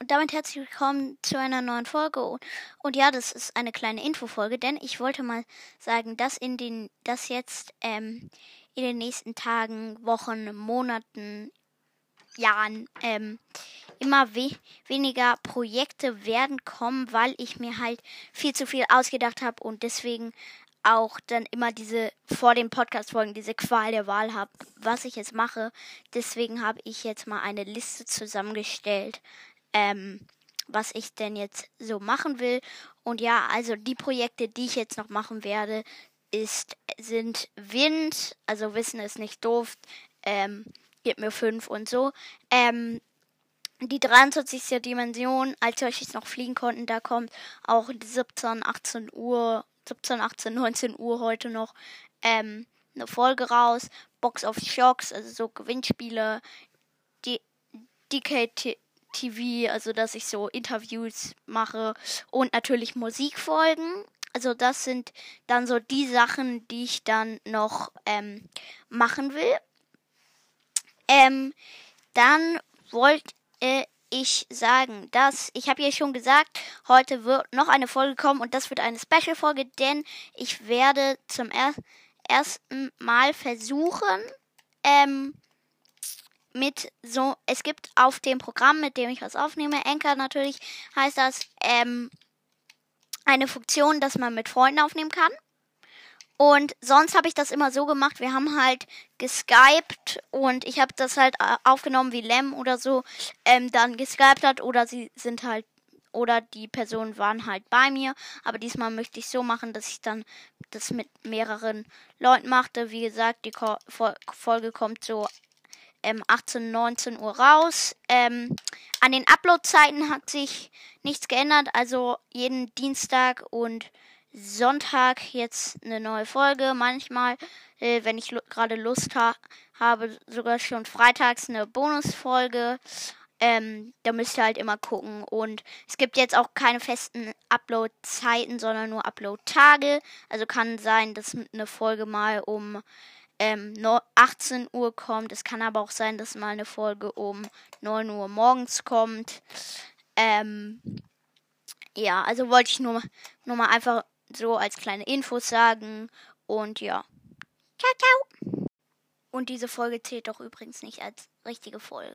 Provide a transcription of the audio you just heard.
und damit herzlich willkommen zu einer neuen Folge. Und ja, das ist eine kleine Infofolge, denn ich wollte mal sagen, dass jetzt in den nächsten Tagen, Wochen, Monaten, Jahren immer weniger Projekte werden kommen, weil ich mir halt viel zu viel ausgedacht habe und deswegen auch dann immer vor den Podcast-Folgen diese Qual der Wahl habe, was ich jetzt mache. Deswegen habe ich jetzt mal eine Liste zusammengestellt, was ich denn jetzt so machen will. Und ja, also die Projekte, die ich jetzt noch machen werde, sind Wind, also Wissen ist nicht doof, gib mir 5 und so. Die 23. Dimension, als wir jetzt noch fliegen konnten, da kommt auch 17, 18, 19 Uhr heute noch eine Folge raus. Box of Shocks, also so Gewinnspiele, die DKTV, also dass ich so Interviews mache und natürlich Musikfolgen. Also das sind dann so die Sachen, die ich dann noch machen will. Dann wollte ich sagen, dass ich habe ja schon gesagt, heute wird noch eine Folge kommen und das wird eine Special-Folge, denn ich werde zum ersten Mal versuchen, es gibt auf dem Programm, mit dem ich was aufnehme, Anchor natürlich, heißt das, eine Funktion, dass man mit Freunden aufnehmen kann. Und sonst habe ich das immer so gemacht, wir haben halt geskypt und ich habe das halt aufgenommen, wie Lem oder so dann geskypt hat oder die Personen waren halt bei mir. Aber diesmal möchte ich so machen, dass ich dann das mit mehreren Leuten machte. Wie gesagt, die Folge kommt so 18, 19 Uhr raus. An den Upload-Zeiten hat sich nichts geändert, also jeden Dienstag und Sonntag jetzt eine neue Folge. Manchmal, wenn ich gerade Lust habe, sogar schon freitags eine Bonusfolge. Da müsst ihr halt immer gucken. Und es gibt jetzt auch keine festen Upload-Zeiten, sondern nur Upload-Tage. Also kann sein, dass eine Folge mal um 18 Uhr kommt. Es kann aber auch sein, dass mal eine Folge um 9 Uhr morgens kommt. Ja, also wollte ich nur mal einfach so als kleine Infos sagen. Und ja. Ciao, ciao. Und diese Folge zählt doch übrigens nicht als richtige Folge.